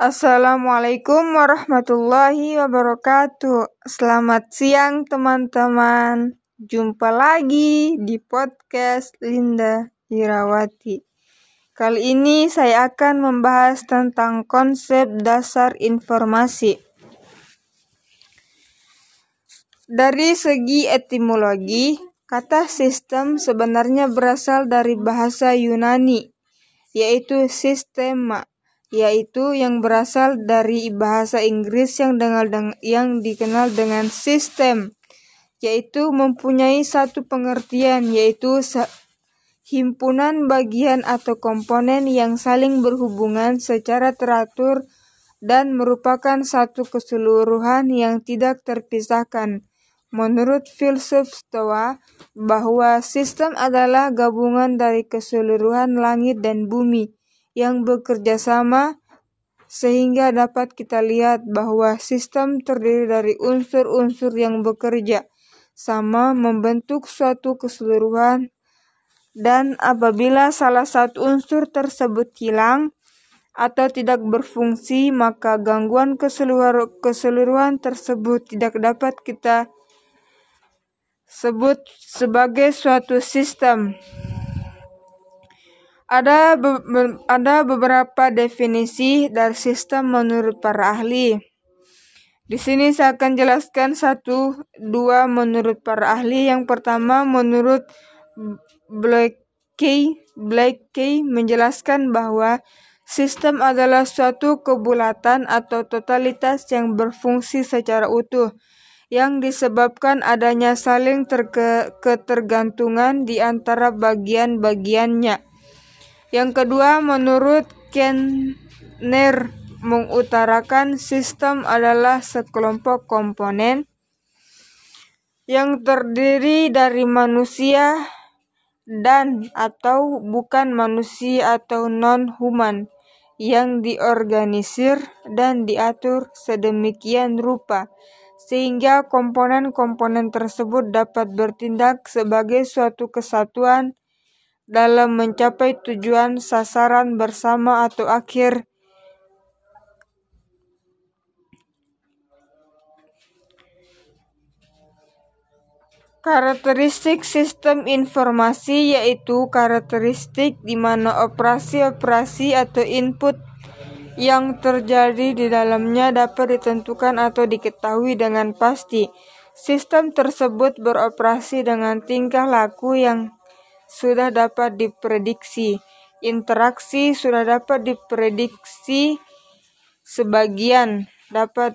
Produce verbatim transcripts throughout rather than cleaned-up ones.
Assalamualaikum warahmatullahi wabarakatuh. Selamat siang teman-teman. Jumpa lagi di podcast Linda Irawati. Kali ini saya akan membahas tentang konsep dasar informasi. Dari segi etimologi, kata sistem sebenarnya berasal dari bahasa Yunani, yaitu sistema, yaitu yang berasal dari bahasa Inggris yang dengan yang dikenal dengan sistem, yaitu mempunyai satu pengertian, yaitu himpunan bagian atau komponen yang saling berhubungan secara teratur dan merupakan satu keseluruhan yang tidak terpisahkan. Menurut filsuf Stoa, bahwa sistem adalah gabungan dari keseluruhan langit dan bumi yang bekerja sama, sehingga dapat kita lihat bahwa sistem terdiri dari unsur-unsur yang bekerja sama membentuk suatu keseluruhan, dan apabila salah satu unsur tersebut hilang atau tidak berfungsi, maka gangguan keseluruhan, keseluruhan tersebut tidak dapat kita sebut sebagai suatu sistem. Ada be- ada beberapa definisi dari sistem menurut para ahli. Di sini saya akan jelaskan satu, dua menurut para ahli. Yang pertama menurut Blakey, Blakey menjelaskan bahwa sistem adalah suatu kebulatan atau totalitas yang berfungsi secara utuh, yang disebabkan adanya saling terke- ketergantungan di antara bagian-bagiannya. Yang kedua, menurut Kenner mengutarakan sistem adalah sekelompok komponen yang terdiri dari manusia dan atau bukan manusia atau non-human yang diorganisir dan diatur sedemikian rupa sehingga komponen-komponen tersebut dapat bertindak sebagai suatu kesatuan dalam mencapai tujuan sasaran bersama atau akhir. Karakteristik sistem informasi yaitu karakteristik di mana operasi-operasi atau input yang terjadi di dalamnya dapat ditentukan atau diketahui dengan pasti. Sistem tersebut beroperasi dengan tingkah laku yang sudah dapat diprediksi. Interaksi sudah dapat diprediksi sebagian, dapat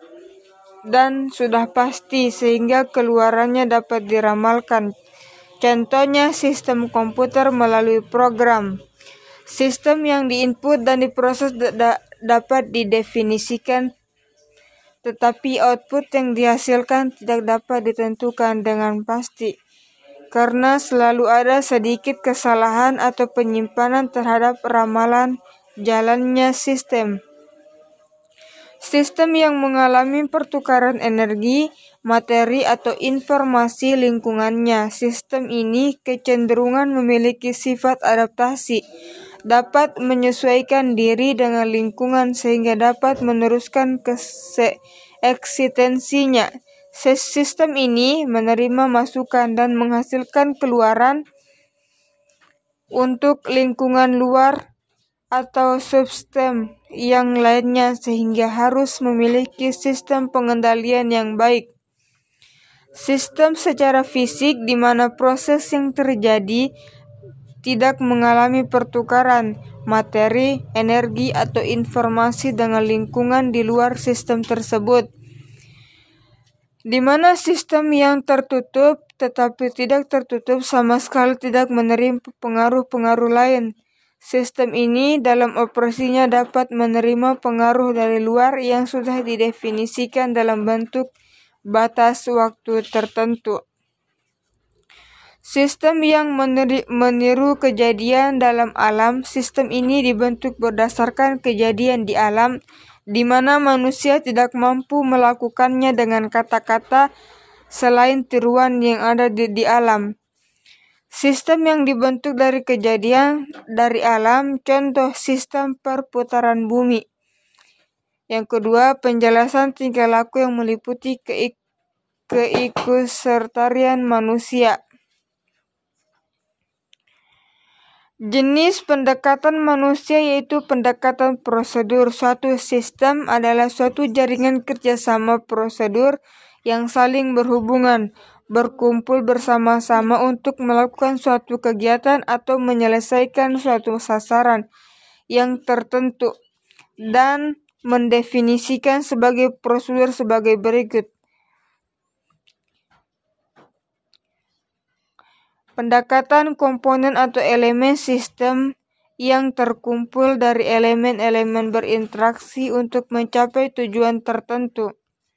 dan sudah pasti sehingga keluarannya dapat diramalkan. Contohnya sistem komputer melalui program. Sistem yang diinput dan diproses da- dapat didefinisikan, tetapi output yang dihasilkan tidak dapat ditentukan dengan pasti, karena selalu ada sedikit kesalahan atau penyimpanan terhadap ramalan jalannya sistem. Sistem yang mengalami pertukaran energi, materi, atau informasi lingkungannya. Sistem ini kecenderungan memiliki sifat adaptasi, dapat menyesuaikan diri dengan lingkungan sehingga dapat meneruskan eksistensinya. Sistem ini menerima masukan dan menghasilkan keluaran untuk lingkungan luar atau subsistem yang lainnya sehingga harus memiliki sistem pengendalian yang baik. Sistem secara fisik di mana proses yang terjadi tidak mengalami pertukaran materi, energi, atau informasi dengan lingkungan di luar sistem tersebut. Di mana sistem yang tertutup tetapi tidak tertutup sama sekali tidak menerima pengaruh-pengaruh lain. Sistem ini dalam operasinya dapat menerima pengaruh dari luar yang sudah didefinisikan dalam bentuk batas waktu tertentu. Sistem yang meniru kejadian dalam alam. Sistem ini dibentuk berdasarkan kejadian di alam, di mana manusia tidak mampu melakukannya dengan kata-kata selain tiruan yang ada di, di alam. Sistem yang dibentuk dari kejadian dari alam, contoh sistem perputaran bumi. Yang kedua, penjelasan tingkah laku yang meliputi keik keikutsertaan manusia. Jenis pendekatan manusia yaitu pendekatan prosedur. Suatu sistem adalah suatu jaringan kerjasama prosedur yang saling berhubungan, berkumpul bersama-sama untuk melakukan suatu kegiatan atau menyelesaikan suatu sasaran yang tertentu, dan mendefinisikan sebagai prosedur sebagai berikut. Pendekatan komponen atau elemen sistem yang terkumpul dari elemen-elemen berinteraksi untuk mencapai tujuan tertentu.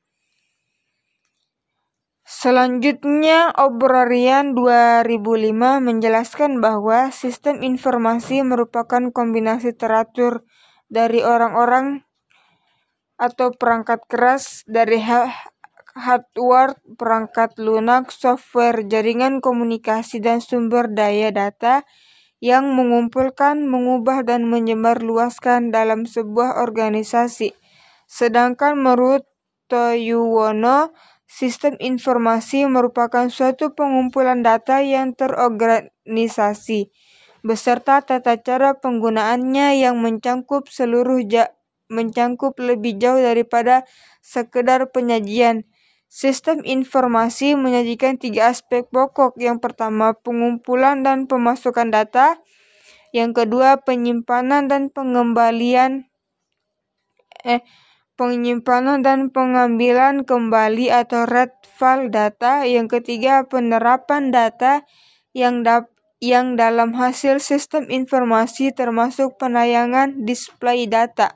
Selanjutnya, O'Brien dua ribu lima menjelaskan bahwa sistem informasi merupakan kombinasi teratur dari orang-orang atau perangkat keras, dari hardware, perangkat lunak, software, jaringan komunikasi, dan sumber daya data yang mengumpulkan, mengubah, dan menyebarluaskan dalam sebuah organisasi. Sedangkan menurut Toyowono, sistem informasi merupakan suatu pengumpulan data yang terorganisasi, beserta tata cara penggunaannya yang mencangkup seluruh ja mencangkup lebih jauh daripada sekedar penyajian. Sistem informasi menyajikan tiga aspek pokok. Yang pertama, pengumpulan dan pemasukan data. Yang kedua, penyimpanan dan pengembalian eh penyimpanan dan pengambilan kembali atau retrieval data. Yang ketiga, penerapan data yang dap yang dalam hasil sistem informasi termasuk penayangan display data.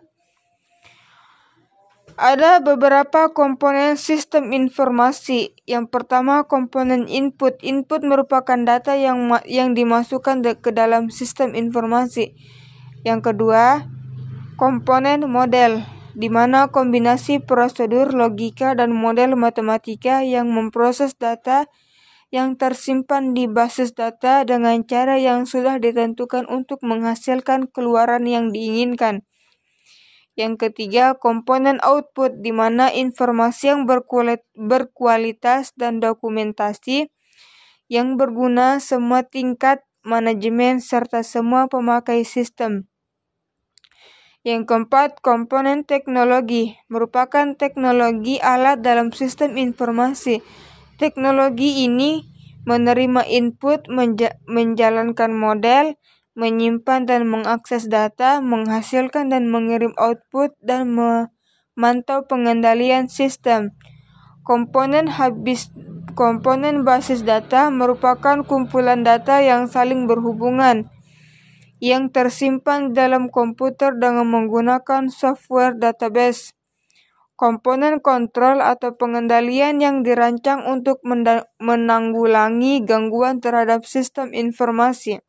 Ada beberapa komponen sistem informasi. Yang pertama, komponen input. Input merupakan data yang yang dimasukkan ke dalam sistem informasi. Yang kedua, komponen model, di mana kombinasi prosedur, logika, dan model matematika yang memproses data yang tersimpan di basis data dengan cara yang sudah ditentukan untuk menghasilkan keluaran yang diinginkan. Yang ketiga, komponen output, di mana informasi yang berkualitas dan dokumentasi yang berguna semua tingkat manajemen serta semua pemakai sistem. Yang keempat, komponen teknologi, merupakan teknologi alat dalam sistem informasi. Teknologi ini menerima input, menja menjalankan model, menyimpan dan mengakses data, menghasilkan dan mengirim output, dan memantau pengendalian sistem. Komponen habis komponen basis data merupakan kumpulan data yang saling berhubungan, yang tersimpan dalam komputer dengan menggunakan software database. Komponen kontrol atau pengendalian yang dirancang untuk menanggulangi gangguan terhadap sistem informasi.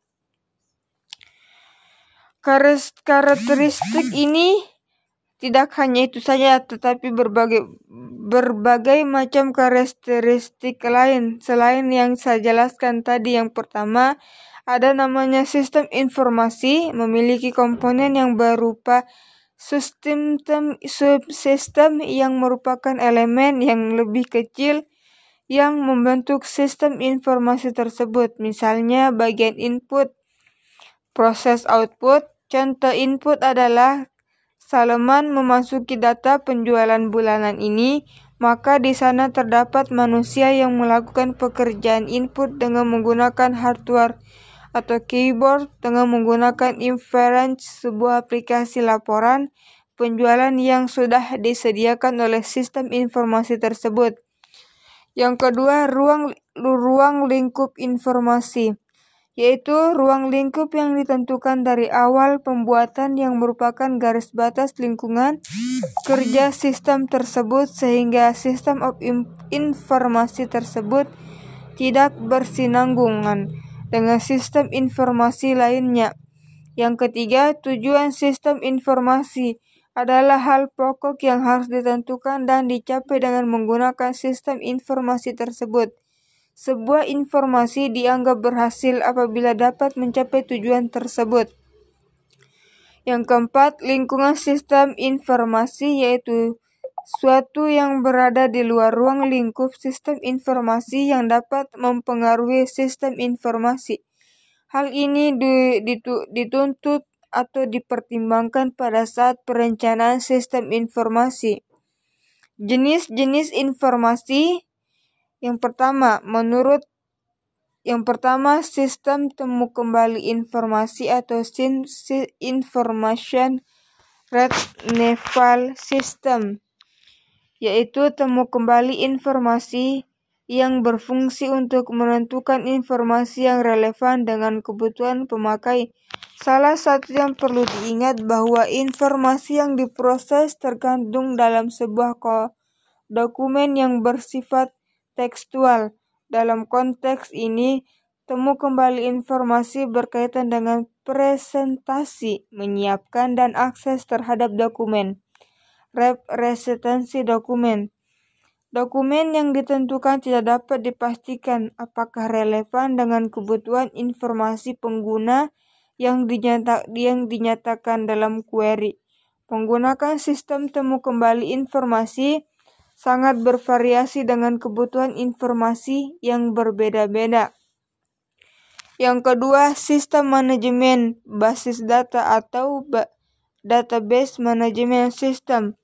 Karakteristik ini tidak hanya itu saja, tetapi berbagai berbagai macam karakteristik lain selain yang saya jelaskan tadi. Yang pertama, ada namanya sistem informasi, memiliki komponen yang berupa sistem subsistem yang merupakan elemen yang lebih kecil yang membentuk sistem informasi tersebut. Misalnya bagian input, proses output. Contoh input adalah Salman memasuki data penjualan bulanan ini, maka di sana terdapat manusia yang melakukan pekerjaan input dengan menggunakan hardware atau keyboard, dengan menggunakan inference, sebuah aplikasi laporan penjualan yang sudah disediakan oleh sistem informasi tersebut. Yang kedua, ruang ruang lingkup informasi, yaitu ruang lingkup yang ditentukan dari awal pembuatan yang merupakan garis batas lingkungan kerja sistem tersebut, sehingga sistem of informasi tersebut tidak bersinanggungan dengan sistem informasi lainnya. Yang ketiga, tujuan sistem informasi adalah hal pokok yang harus ditentukan dan dicapai dengan menggunakan sistem informasi tersebut. Sebuah informasi dianggap berhasil apabila dapat mencapai tujuan tersebut. Yang keempat, lingkungan sistem informasi, yaitu suatu yang berada di luar ruang lingkup sistem informasi yang dapat mempengaruhi sistem informasi. Hal ini di, ditu, dituntut atau dipertimbangkan pada saat perencanaan sistem informasi. Jenis-jenis informasi. Yang pertama, menurut Yang pertama, sistem temu kembali informasi atau S I N, Information Retrieval System, yaitu temu kembali informasi yang berfungsi untuk menentukan informasi yang relevan dengan kebutuhan pemakai. Salah satu yang perlu diingat bahwa informasi yang diproses terkandung dalam sebuah dokumen yang bersifat tekstual. Dalam konteks ini, temu kembali informasi berkaitan dengan presentasi, menyiapkan dan akses terhadap dokumen. Representasi dokumen. Dokumen yang ditentukan tidak dapat dipastikan apakah relevan dengan kebutuhan informasi pengguna yang, dinyata, yang dinyatakan dalam query. Menggunakan sistem temu kembali informasi sangat bervariasi dengan kebutuhan informasi yang berbeda-beda. Yang kedua, sistem manajemen basis data atau database management system,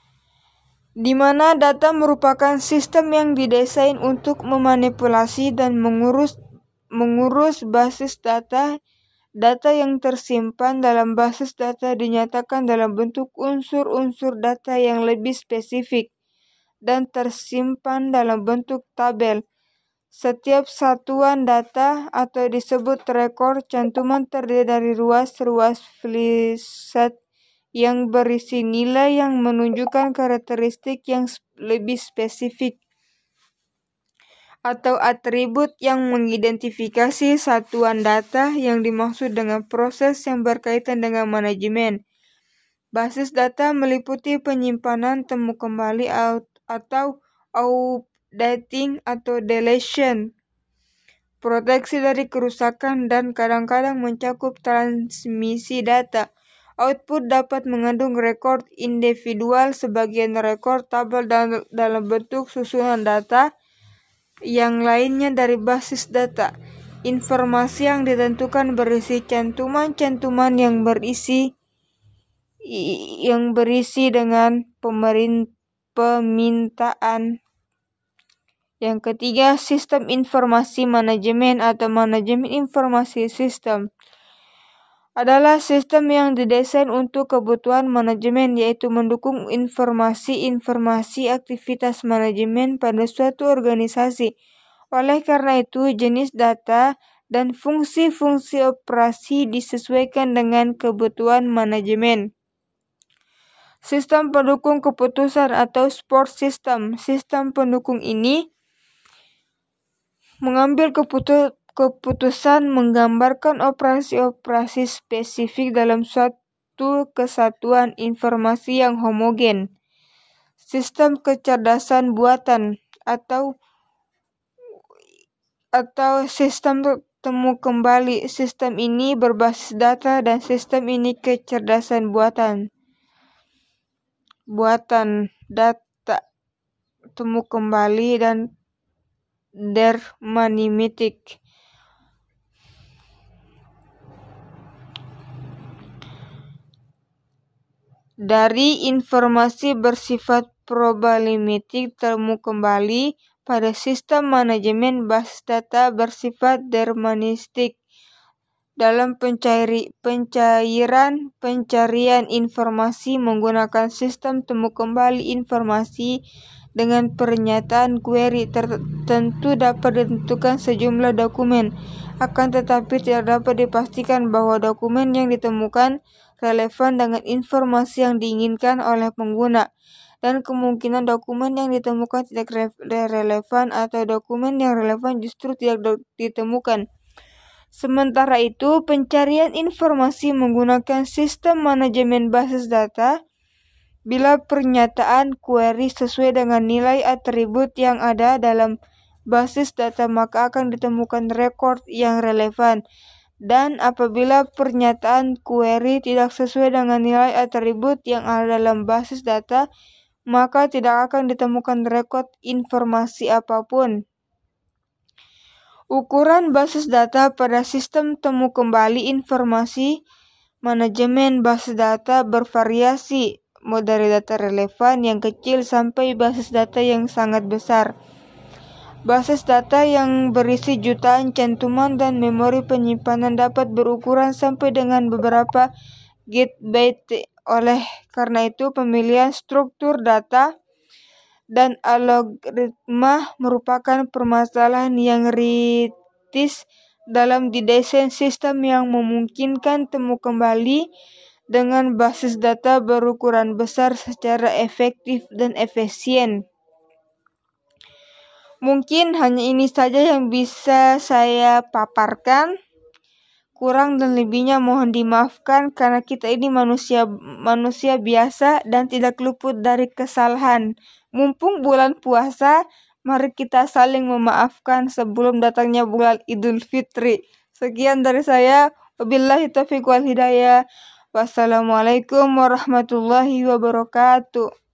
di mana data merupakan sistem yang didesain untuk memanipulasi dan mengurus mengurus basis data. Data yang tersimpan dalam basis data dinyatakan dalam bentuk unsur-unsur data yang lebih spesifik dan tersimpan dalam bentuk tabel. Setiap satuan data atau disebut rekor cantuman terdiri dari ruas-ruas fleset yang berisi nilai yang menunjukkan karakteristik yang lebih spesifik atau atribut yang mengidentifikasi satuan data yang dimaksud dengan proses yang berkaitan dengan manajemen. Basis data meliputi penyimpanan, temu kembali atau updating atau deletion, proteksi dari kerusakan, dan kadang-kadang mencakup transmisi data. Output dapat mengandung rekor individual, sebagian rekor tabel dalam bentuk susunan data, yang lainnya dari basis data. Informasi yang ditentukan berisi cantuman-cantuman yang berisi yang berisi dengan pemerintah permintaan. Yang ketiga, sistem informasi manajemen atau manajemen informasi sistem adalah sistem yang didesain untuk kebutuhan manajemen, yaitu mendukung informasi-informasi aktivitas manajemen pada suatu organisasi. Oleh karena itu, jenis data dan fungsi-fungsi operasi disesuaikan dengan kebutuhan manajemen. Sistem pendukung keputusan atau support system. Sistem pendukung ini mengambil keputu keputusan menggambarkan operasi-operasi spesifik dalam suatu kesatuan informasi yang homogen. Sistem kecerdasan buatan atau atau sistem temu kembali. Sistem ini berbasis data dan sistem ini kecerdasan buatan. Buatan data temu kembali dan deterministik. Dari informasi bersifat probabilistik temu kembali pada sistem manajemen basis data bersifat deterministik. Dalam pencairi, pencairan pencarian informasi menggunakan sistem temu kembali informasi dengan pernyataan query tertentu dapat ditentukan sejumlah dokumen, akan tetapi tidak dapat dipastikan bahwa dokumen yang ditemukan relevan dengan informasi yang diinginkan oleh pengguna, dan kemungkinan dokumen yang ditemukan tidak relevan atau dokumen yang relevan justru tidak ditemukan. Sementara itu, pencarian informasi menggunakan sistem manajemen basis data, bila pernyataan query sesuai dengan nilai atribut yang ada dalam basis data, maka akan ditemukan rekor yang relevan. dan apabila pernyataan query tidak sesuai dengan nilai atribut yang ada dalam basis data, maka tidak akan ditemukan rekod informasi apapun. Ukuran basis data pada sistem temu kembali informasi manajemen basis data bervariasi, mulai dari data relevan yang kecil sampai basis data yang sangat besar. Basis data yang berisi jutaan cantuman dan memori penyimpanan dapat berukuran sampai dengan beberapa gigabyte. Oleh karena itu, pemilihan struktur data dan algoritma merupakan permasalahan yang kritis dalam didesain sistem yang memungkinkan temu kembali dengan basis data berukuran besar secara efektif dan efisien. Mungkin hanya ini saja yang bisa saya paparkan. Kurang dan lebihnya mohon dimaafkan karena kita ini manusia manusia biasa dan tidak luput dari kesalahan. Mumpung bulan puasa, mari kita saling memaafkan sebelum datangnya bulan Idul Fitri. Sekian dari saya. Wabillahi taufiq wal hidayah. Wassalamualaikum warahmatullahi wabarakatuh.